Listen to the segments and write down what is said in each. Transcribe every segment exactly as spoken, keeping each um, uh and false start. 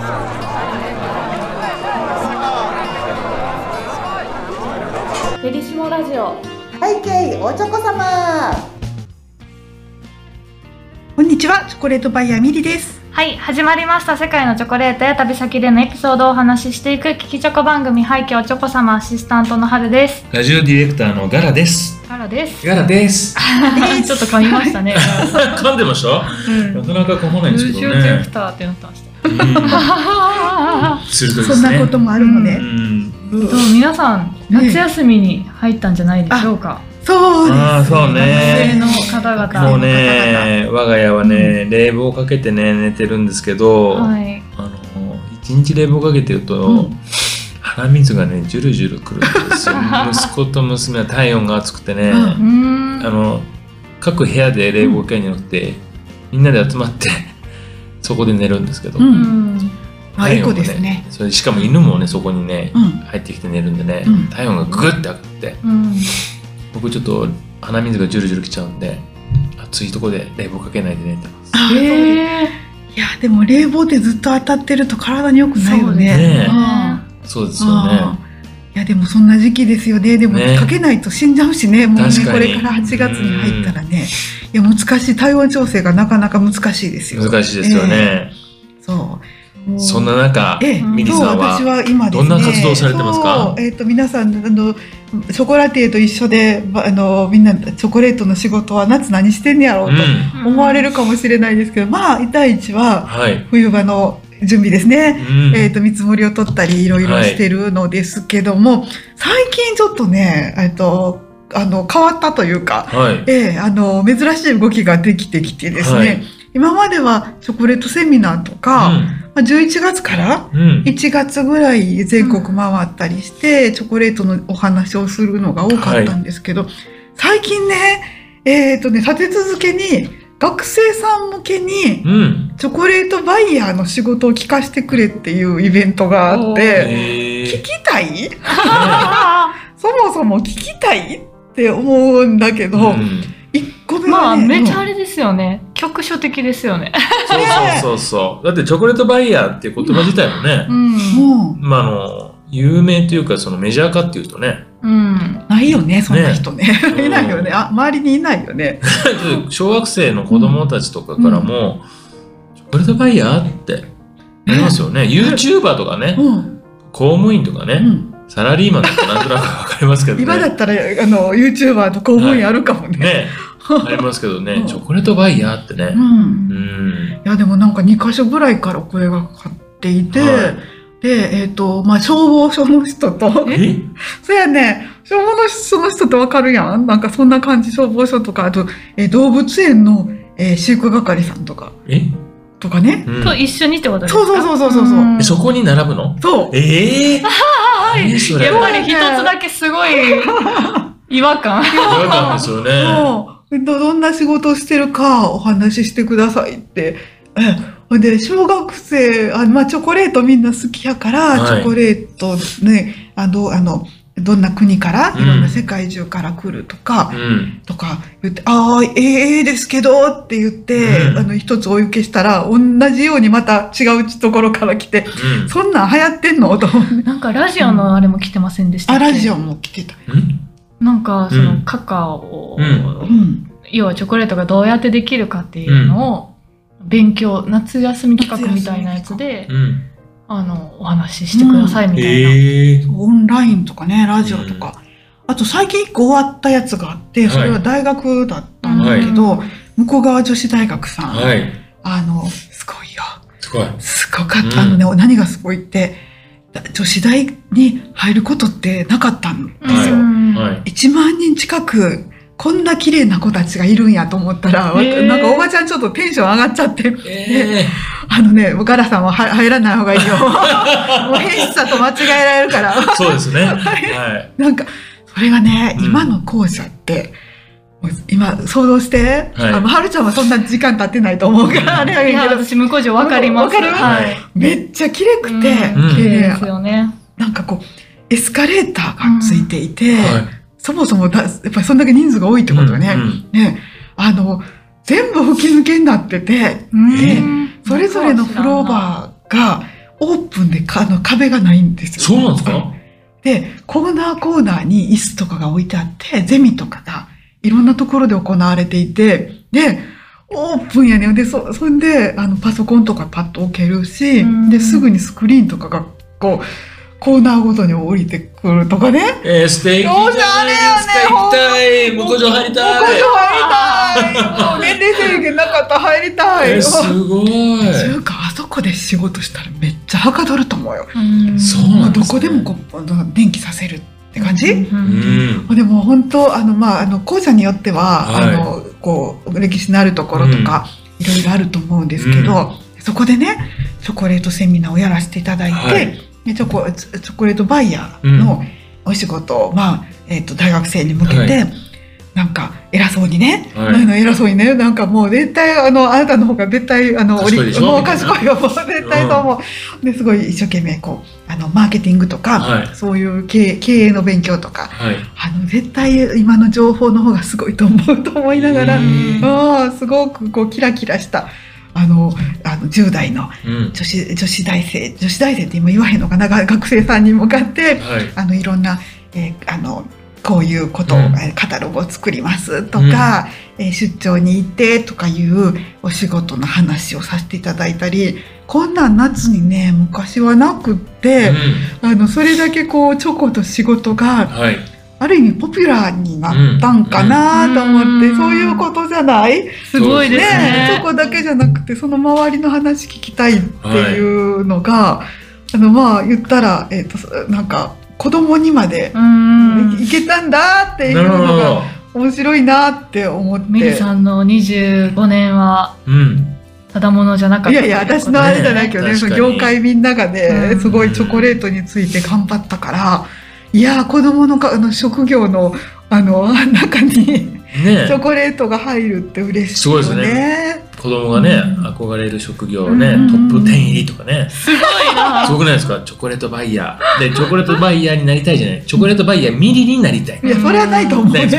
フェリシモラジオ背景おちょこ様。 こんにちは、チョコレートバイヤーミリです。 はい、始まりました。世界のチョコレートや旅先でのエピソードをお話ししていく聞きチョコ番組、背景おちょこ様、アシスタントの春です。 ラジオディレクターのガラです。 ガラです。 ガラですちょっと噛みましたね。 噛んでました、うん、なかなか噛まないんですけどね。 ラジオディレクターってなってました。 うん、鋭いですね。 そんなこともあるのね。 うんうん、皆さん夏休みに入ったんじゃないでしょうか。 そうですね。 あ、そうね。 学生の方々。 もうね、我が家はね、うん、冷房かけてね寝てるんですけど、はい、あの一日冷房かけてると、うん、鼻水がねジュルジュルくるんですよ。息子と娘は体温が暑くてね、うん、あの各部屋で冷房かけによって、うん、みんなで集まってそこで寝るんですけど。うんうん、 あ、エコですね。 それしかも犬もねそこにね、うん、入ってきて寝るんでね、うん、体温がグッて上がって、うん、僕ちょっと鼻水がジュルジュルきちゃうんで暑いとこで冷房かけないで寝てます。 へえ。いやでも冷房ってずっと当たってると体に良くないよね。 そうですよね。 いやでもそんな時期ですよね。でもかけないと死んじゃうしね。もうねこれからはちがつに入ったらね。いや難しい、体温調整がなかなか難しいですよ。 難しいですよね。 そう。 そんな中、ええ、ミリさんはどんな活動をされてますか？ えっと皆さんあのショコラティエと一緒であのみんなチョコレートの仕事は夏何してんねやろうと思われるかもしれないですけど、うん、まあ第一は冬場の準備ですね。うん、えっと見積もりを取ったりいろいろしてるのですけども、はい、最近ちょっとねえっとあの変わったというか、はい、えー、あの珍しい動きができてきてですね。はい、今まではチョコレートセミナーとか、うん、じゅういちがつからいちがつぐらい全国回ったりして、うん、チョコレートのお話をするのが多かったんですけど、はい、最近ね、えっとね、立て続けに学生さん向けにチョコレートバイヤーの仕事を聞かせてくれっていうイベントがあって、聞きたいそもそも聞きたいって思うんだけど、うん、いっこめはね、 まあめちゃあれですよね、局所的ですよね。 そうそうそうそう。だってチョコレートバイヤーっていう言葉自体もね、うんうん、まああの有名というかそのメジャーかっていうとね、 うん、ないよねそんな人ね。ねいないよね。あ、周りにいないよね。 小学生の子供たちとかからも、うん、チョコレートバイヤーってなりますよね。YouTuber とかね、うん、公務員とかね。うん、サラリーマンだってなんとなくわかりますけどね。 今だったらあの YouTuber と公務員あるかもね。はい、 ねありますけどね、うん、チョコレートバイヤーってね。うん。 うん、いやでもなんかにかしょぐらいから声がかかっていて、はい、でえっ、ー、とまあ消防署の人と、え？そうやね、消防署の人ってわかるやん。なんかそんな感じ、消防署とかあと、えー、動物園の、えー、飼育係さんとか。え？とかね、 うん、と一緒にってことですか？ そうそうそうそうそう。 うん、そこに並ぶの？ そう。 ええー。 はい、やっぱり一つだけすごい違和感。 違和感ですよね。 そうど。どんな仕事をしてるかお話ししてくださいって。えで小学生あ、まあ、チョコレートみんな好きやから、はい、チョコレートねあのあのどんな国からいろんな世界中から来るとか、うん、とか言って「ああええですけど」って言って、うん、あの一つお受けしたら同じようにまた違うところから来て「うん、そんなん流行ってんの?」と思って。 なんかラジオのあれも来てませんでしたっけ？ あ、ラジオも来てた。 なんかそのカカオ、うん、要はチョコレートがどうやってできるかっていうのを勉強、夏休み企画みたいなやつで。あのお話ししてくださいみたいな、うんえー、オンラインとかねラジオとか、うん、あと最近いっこ終わったやつがあってそれは大学だったんだけど、はい、向川女子大学さん、はい、あのすごいよすごいすごかった、うん、あのね何がすごいって女子大に入ることってなかったんですよ、はいはい、いちまんにん近くこんな綺麗な子たちがいるんやと思ったら、えー、なんかおばちゃんちょっとテンション上がっちゃって、えー、あのね、ガラさんは入らない方がいいよ。もう変質さと間違えられるから。 そうですね。はい。 なんか、それがね、うん、今の校舎って、今想像して、はい、あのはるちゃんはそんな時間経ってないと思うから、あれやけど。 私、向こう上わかります。 わかる、はい、めっちゃ綺麗くて、 うん、綺麗ですよね。 なんかこう、エスカレーターがついていて、うんはいそもそもだやっぱりそんだけ人数が多いってことはね、うんうん、ねあの全部吹き抜けになってて、でそれぞれのフローバーがオープンでかあの壁がないんですよ。そうなんですか？ で、コーナーコーナーに椅子とかが置いてあって、ゼミとかがいろんなところで行われていて、で、オープンやねん。で、そ、そんで、あの、パソコンとかパッと置けるし、で、すぐにスクリーンとかが、こう、コーナーごとに降りてくるとかね。 えー、素敵じゃないですか。行きたい。向こう上入りたい。 向こう上入りたい。もう年齢制限なかったら入りたい。 えー、すごい。 というか、あそこで仕事したらめっちゃはかどると思うよ。 うん、そうなんですね。 どこでもこう電気させるって感じ。うんうん、 でも本当、あの、まあ、あの、校舎によっては、はい、あの、こう、歴史のあるところとか、いろいろあると思うんですけど、うん、そこでね、チョコレートセミナーをやらせていただいて、はい、チョコ、チョコレートバイヤーのお仕事を、うん、まあ、えっと、大学生に向けて、はい、なんか、偉そうにね、はい、偉そうにね、なんかもう絶対、あの、あなたの方が絶対、あの、 賢いでしょ？ もう賢いよ、もう絶対と思う。うん、で、すごい一生懸命、こう、あの、マーケティングとか、はい、そういう経営、経営の勉強とか、はい、あの、絶対今の情報の方がすごいと思うと思いながら、ああ、すごくこう、キラキラした、あの、あのじゅう代の女子、うん、女子大生、女子大生って今言わへんのかな、学生さんに向かって、はい、あの、いろんな、えー、あの、こういうことを、うん、カタログを作りますとか、うん、えー、出張に行ってとかいうお仕事の話をさせていただいたり、こんなん夏にね、昔はなくって、うん、あの、それだけこう、チョコと仕事が、はい、ある意味ポピュラーになったんかなと思って、うん、そういうことじゃない？ すごいですね。 チョコだけじゃなくて、その周りの話聞きたいっていうのが、はい、あの、まあ、言ったら、えっと、なんか、子供にまでいけたんだっていうのが面白いなって思って。 ミリさんのにじゅうごねんは、ただものじゃなかった。 いやいや、私のあれじゃないけどね、その業界みんながね、すごいチョコレートについて頑張ったから、いや、子供のかあの職業の、あの、中に、ね、チョコレートが入るって嬉しいよね。 すごいですね。子供がね、うん、憧れる職業ね、うん、トップじゅう入りとかね。 すごいな。 すごくないですか？チョコレートバイヤー。で、チョコレートバイヤーになりたいじゃない。チョコレートバイヤーミリになりたい。 いや、それはないと思うね。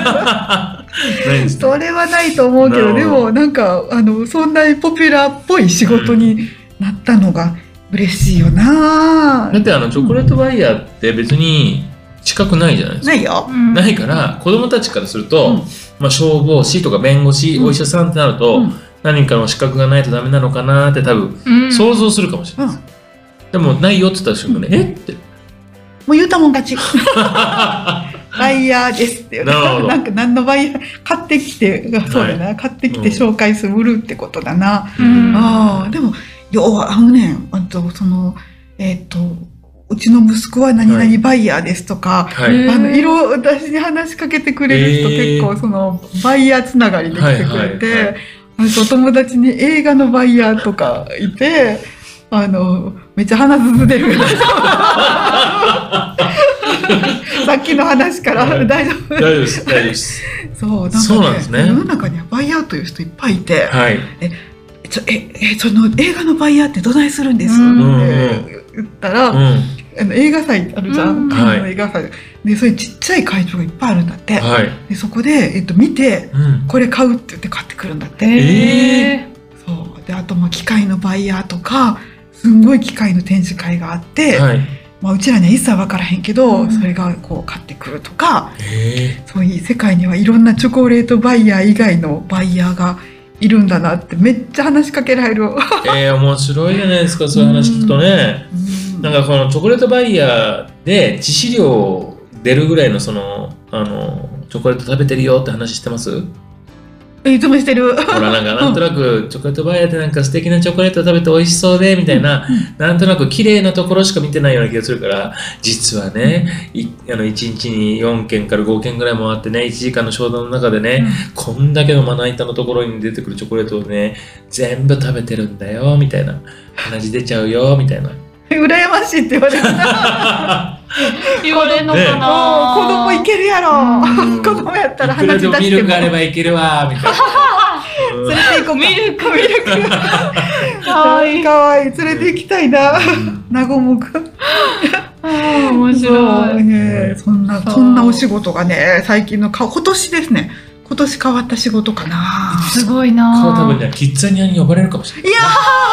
それはないと思うけど、でもなんか、あの、そんなにポピュラーっぽい仕事になったのが嬉しいよな。 だってあの、チョコレートバイヤーって別に資格ないじゃないですか。 ないよ。 ないから、子供たちからすると、うん、まあ、消防士とか弁護士、うん、お医者さんってなると、うん、何かの資格がないとダメなのかなって多分、うん、想像するかもしれないです、うん、でもないよって言った瞬間ね、うん、えってもう言うたもん勝ちバイヤーですっていうなんか何のバイヤー買ってきてそうだな、はい、買ってきて紹介するってことだな、うん、あでも要はあのねあとそのえっ、ー、とうちの息子は何々バイヤーですとか、はい、あのいろ私に話しかけてくれる人、えー、結構そのバイヤーつながりで来てくれて、はいはいはい、お友達に映画のバイヤーとかいて、あの、めっちゃ鼻ずず出る。さっきの話から大丈夫？ 大丈夫です、大丈夫です。 そう、なんかね、 そうなんですね。 世の中にはバイヤーという人いっぱいいて、 はい、 え、ちょえ、え、その映画のバイヤーってどないするんですって言ったら、うん、あの映画祭あるじゃん、カンヌの映画祭。で、そういうちっちゃい会場がいっぱいあるんだって。はい、でそこで、えっと、見て、うん、これ買うって言って買ってくるんだって。 えー、そう。で、あと、まあ、機械のバイヤーとか、すんごい機械の展示会があって、はい、まあ、うちらには一切分からへんけど、うん、それがこう買ってくるとか、えー、そういう世界にはいろんなチョコレートバイヤー以外のバイヤーがいるんだなってめっちゃ話しかけられる。 えー、面白いじゃないですか、そういう話聞くとね。うん、なんかこのチョコレートバイヤーで致死量出るぐらいのその、あの、チョコレート食べてるよって話してます？ いつもしてる。 ほら、なんかなんとなくチョコレートバイヤーってなんか素敵なチョコレート食べて美味しそうでみたいな、なんとなく綺麗なところしか見てないような気がするから、実はね、いあのいちにちによんけんからごけんぐらい回ってね、いちじかんの商談の中でね、うん、こんだけのまな板のところに出てくるチョコレートをね、全部食べてるんだよみたいな、話出ちゃうよみたいな。 羨ましいって言われた。 言われんのかな、ね、 子供いけるやろ。子供やったら話し出しても。 ミルクあればいけるわみたいな。 連れて行こう。 ミルクミルク。 かわいいかわいい。連れて行きたいな。なごむく。 面白い。 ね、そんなそんなお仕事がね、最近のか今年ですね。今年変わった仕事かな。 すごいな。 多分ね、キッザニアに呼ばれるかもしれない。 いや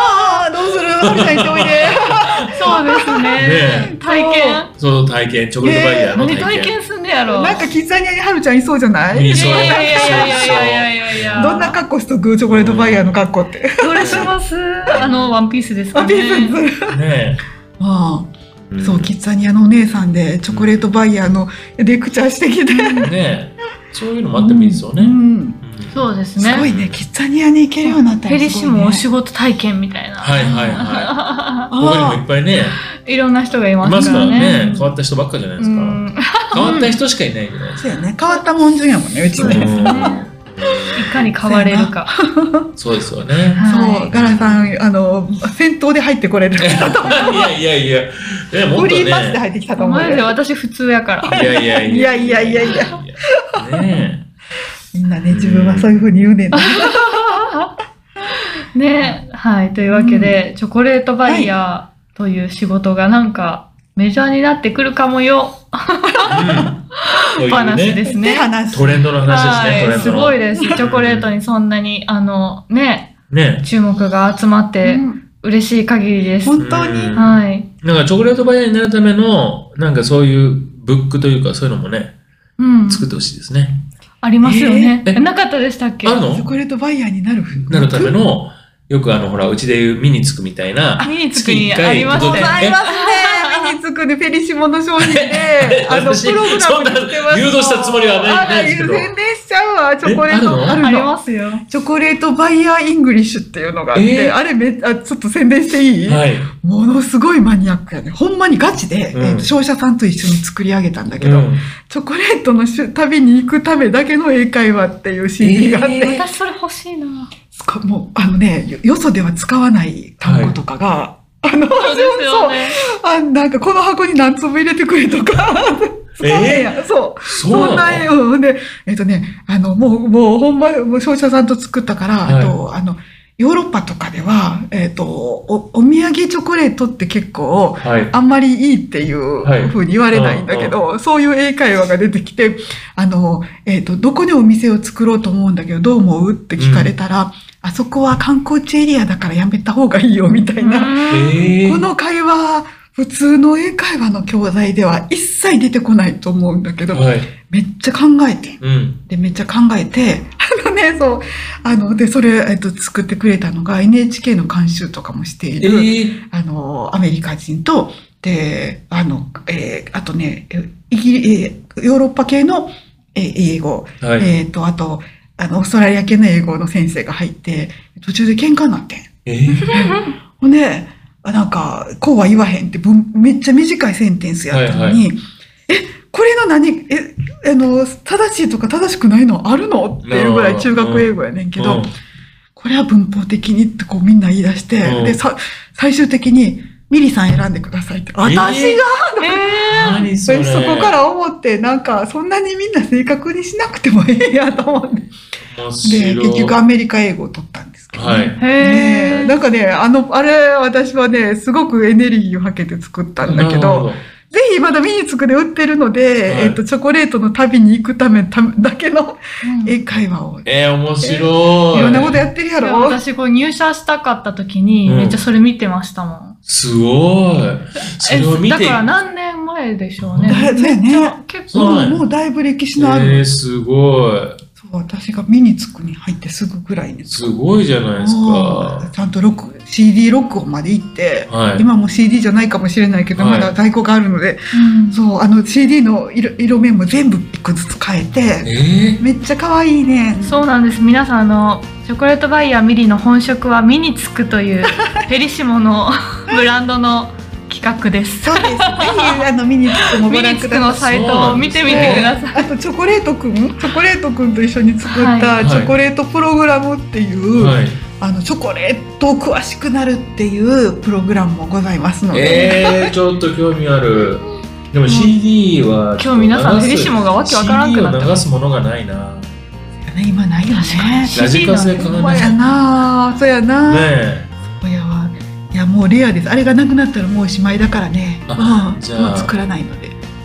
どうする？はるちゃん行っておいで。 そうですね。体験。 そう体験チョコレートバイヤーの体験。 何体験すんねやろ。 なんかキッザニアにはるちゃんいそうじゃない？ いそう。 いやいやいやいやいやいやいや。 どんな格好しとく？チョコレートバイヤーの格好って。 どれします？あのワンピースですかね。 ワンピース。 ね。 ああ、そうキッザニアのお姉さんでチョコレートバイヤーのレクチャーしてきて。 ね。そういうのもあってもいいですよね。 そうですね。 すごいね、キッザニアに行けるようになったらすごいね。 フェリシモお仕事体験みたいな。 はいはいはい。他にもいっぱいね。 いろんな人がいますからね。 ね。変わった人ばっかじゃないですか。変わった人しかいないじゃないですか。 そうやね。変わったもんじゅんやもんね、うちね。 いかに変われるか。 そうですよね。 そう、ガラさん、あの、先頭で入ってこれる。いやいやいや。 フリーパスで入ってきたと思う。 マジで私普通やから。 いやいやいやいやいやいや。 ねえ。 みんなね、自分はそういうふうに言うねん。 ね、はい、というわけで、チョコレートバイヤーという仕事がなんかメジャーになってくるかもよ。話ですね。 トレンドの話ですね。 すごいです。チョコレートにそんなにあのね、注目が集まって嬉しい限りです。 本当に。 はい。 なんかチョコレートバイヤーになるためのなんかそういうブックというかそういうのもね、作ってほしいですね。 ありますよね。なかったでしたっけ？ あるの？ チョコレートバイヤーになるなるための、よくあの、ほら、うちでいうミニつくみたいな。 ミニつくにありますね。 ありますね。ミニつくでフェリシモの商品で、あの、プログラムにしてます。 誘導したつもりはないですけど。 宣伝しちゃうわ、チョコレート。 ありますよ。 チョコレートバイヤーイングリッシュっていうのがあって、あれめあ、ちょっと宣伝していい？ はい。 ものすごいマニアックやね。ほんまにガチで、商社さんと一緒に作り上げたんだけど、チョコレートの旅に行くためだけの英会話っていう シーディー があって。 私それ欲しいな。 もう、あのね、よそでは使わない単語とかが、あの、 そうですよね。 あ、なんかこの箱に何粒入れてくれとか、 えー、 そう。そんな、うん。で、えっとね、あの、もう、もう、ほんま、もう商社さんと作ったから、はい、あと、あの、ヨーロッパとかでは、えっと、お、お土産チョコレートって結構、はい、あんまりいいっていうふうに言われないんだけど、はい、そういう英会話が出てきて、あの、えっと、どこにお店を作ろうと思うんだけど、どう思うって聞かれたら、うん、あそこは観光地エリアだからやめた方がいいよ、みたいな。この会話、普通の英会話の教材では一切出てこないと思うんだけど、はい、めっちゃ考えて、うん、で、めっちゃ考えて、あのね、そう、あの、で、それ、えっと、作ってくれたのが エヌエイチケー の監修とかもしている、えー、あの、アメリカ人と、で、あの、えー、あとね、イギリ、えー、ヨーロッパ系の、えー、英語、はい、えっと、あと、あの、オーストラリア系の英語の先生が入って、途中で喧嘩になってん。 えー、 ほんで、なんか、こうは言わへんって文、めっちゃ短いセンテンスやったのに、はいはい、え、これの何、え、あの、正しいとか正しくないのあるのっていうぐらい中学英語やねんけど、これは文法的にってこうみんな言い出して、で、さ、最終的に、ミリさん選んでくださいって。私が、 えー、何それ。 そこから思って、なんか、そんなにみんな正確にしなくてもええやと思って。で、結局アメリカ英語を取ったんですけどね。はい、ねなんかね、あの、あれ、私はね、すごくエネルギーをかけて作ったんだけど、ぜひまだミニツクで売ってるので、はい、えっと、チョコレートの旅に行くためだけの英会話を。 うん、えー、面白い。 いろんなことやってるやろ。 私、こう入社したかった時に、めっちゃそれ見てましたもん。うん、 すごい。それを見て。 だから何年前でしょうね。 だよね。結構、もうだいぶ歴史のある。 えー、すごい。 私がミニツクに入ってすぐぐらいに。 すごいじゃないですか。 ちゃんとロック、シーディー 録音まで行って、はい、今も シーディー じゃないかもしれないけど、はい、まだ在庫があるので、うん、そう、あの シーディー の色、色面も全部一個ずつ変えて、えー、めっちゃ可愛いね。 そうなんです。皆さん、あの、チョコレートバイヤーミリの本職はミニツクという、フェリシモのブランドの企画です。 そうです。ぜひあのミニツクもご覧ください。 ミニツクのサイトを見てみてください。 あとチョコレートくん、チョコレートくんと一緒に作ったチョコレートプログラムっていう、はい、あのチョコレートを詳しくなるっていうプログラムもございますので。 えー、ちょっと興味ある。でも シーディー は今日皆さんフェリシモがわけわからんくなった。 シーディー を流すものがないな。 今ないよね。 ラジカセ買わない。 そうやな、そうやな。 ねえ。 そうやわ。いやもうレアです。あれがなくなったらもうおしまいだからね。 あ、うん、じゃあもう作らないので。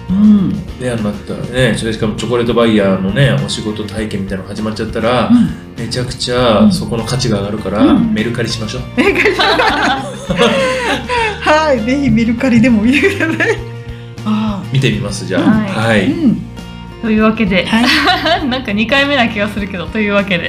うん、 レアになったらね、それしかもチョコレートバイヤーのねお仕事体験みたいなの始まっちゃったら、うん、めちゃくちゃそこの価値が上がるから、うん、メルカリしましょう。メルカリはい、ぜひメルカリでも見てください。 あ見てみますじゃあ。はい。はいうん、 というわけで、はい、なんかにかいめな気がするけどというわけで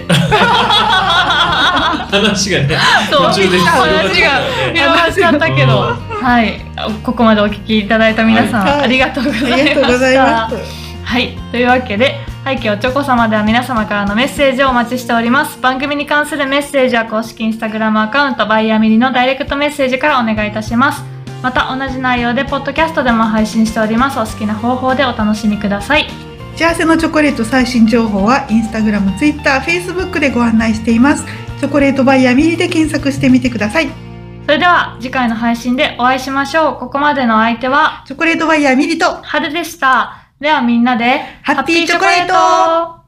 話がね途中で話が広がっちゃったけど、はい、ここまでお聞きいただいた皆さん、はい、ありがとうございました。ありがとうございます。はい、というわけで背景おちょこ様では皆様からのメッセージをお待ちしております。番組に関するメッセージは公式インスタグラムアカウントバイヤーミリのダイレクトメッセージからお願いいたします。また同じ内容でポッドキャストでも配信しております。お好きな方法でお楽しみください。 幸せのチョコレート最新情報はインスタグラム、ツイッター、フェイスブックでご案内しています。チョコレートバイヤーミリで検索してみてください。 それでは次回の配信でお会いしましょう。ここまでの相手はチョコレートバイヤーミリと春でした。ではみんなでハッピーチョコレート。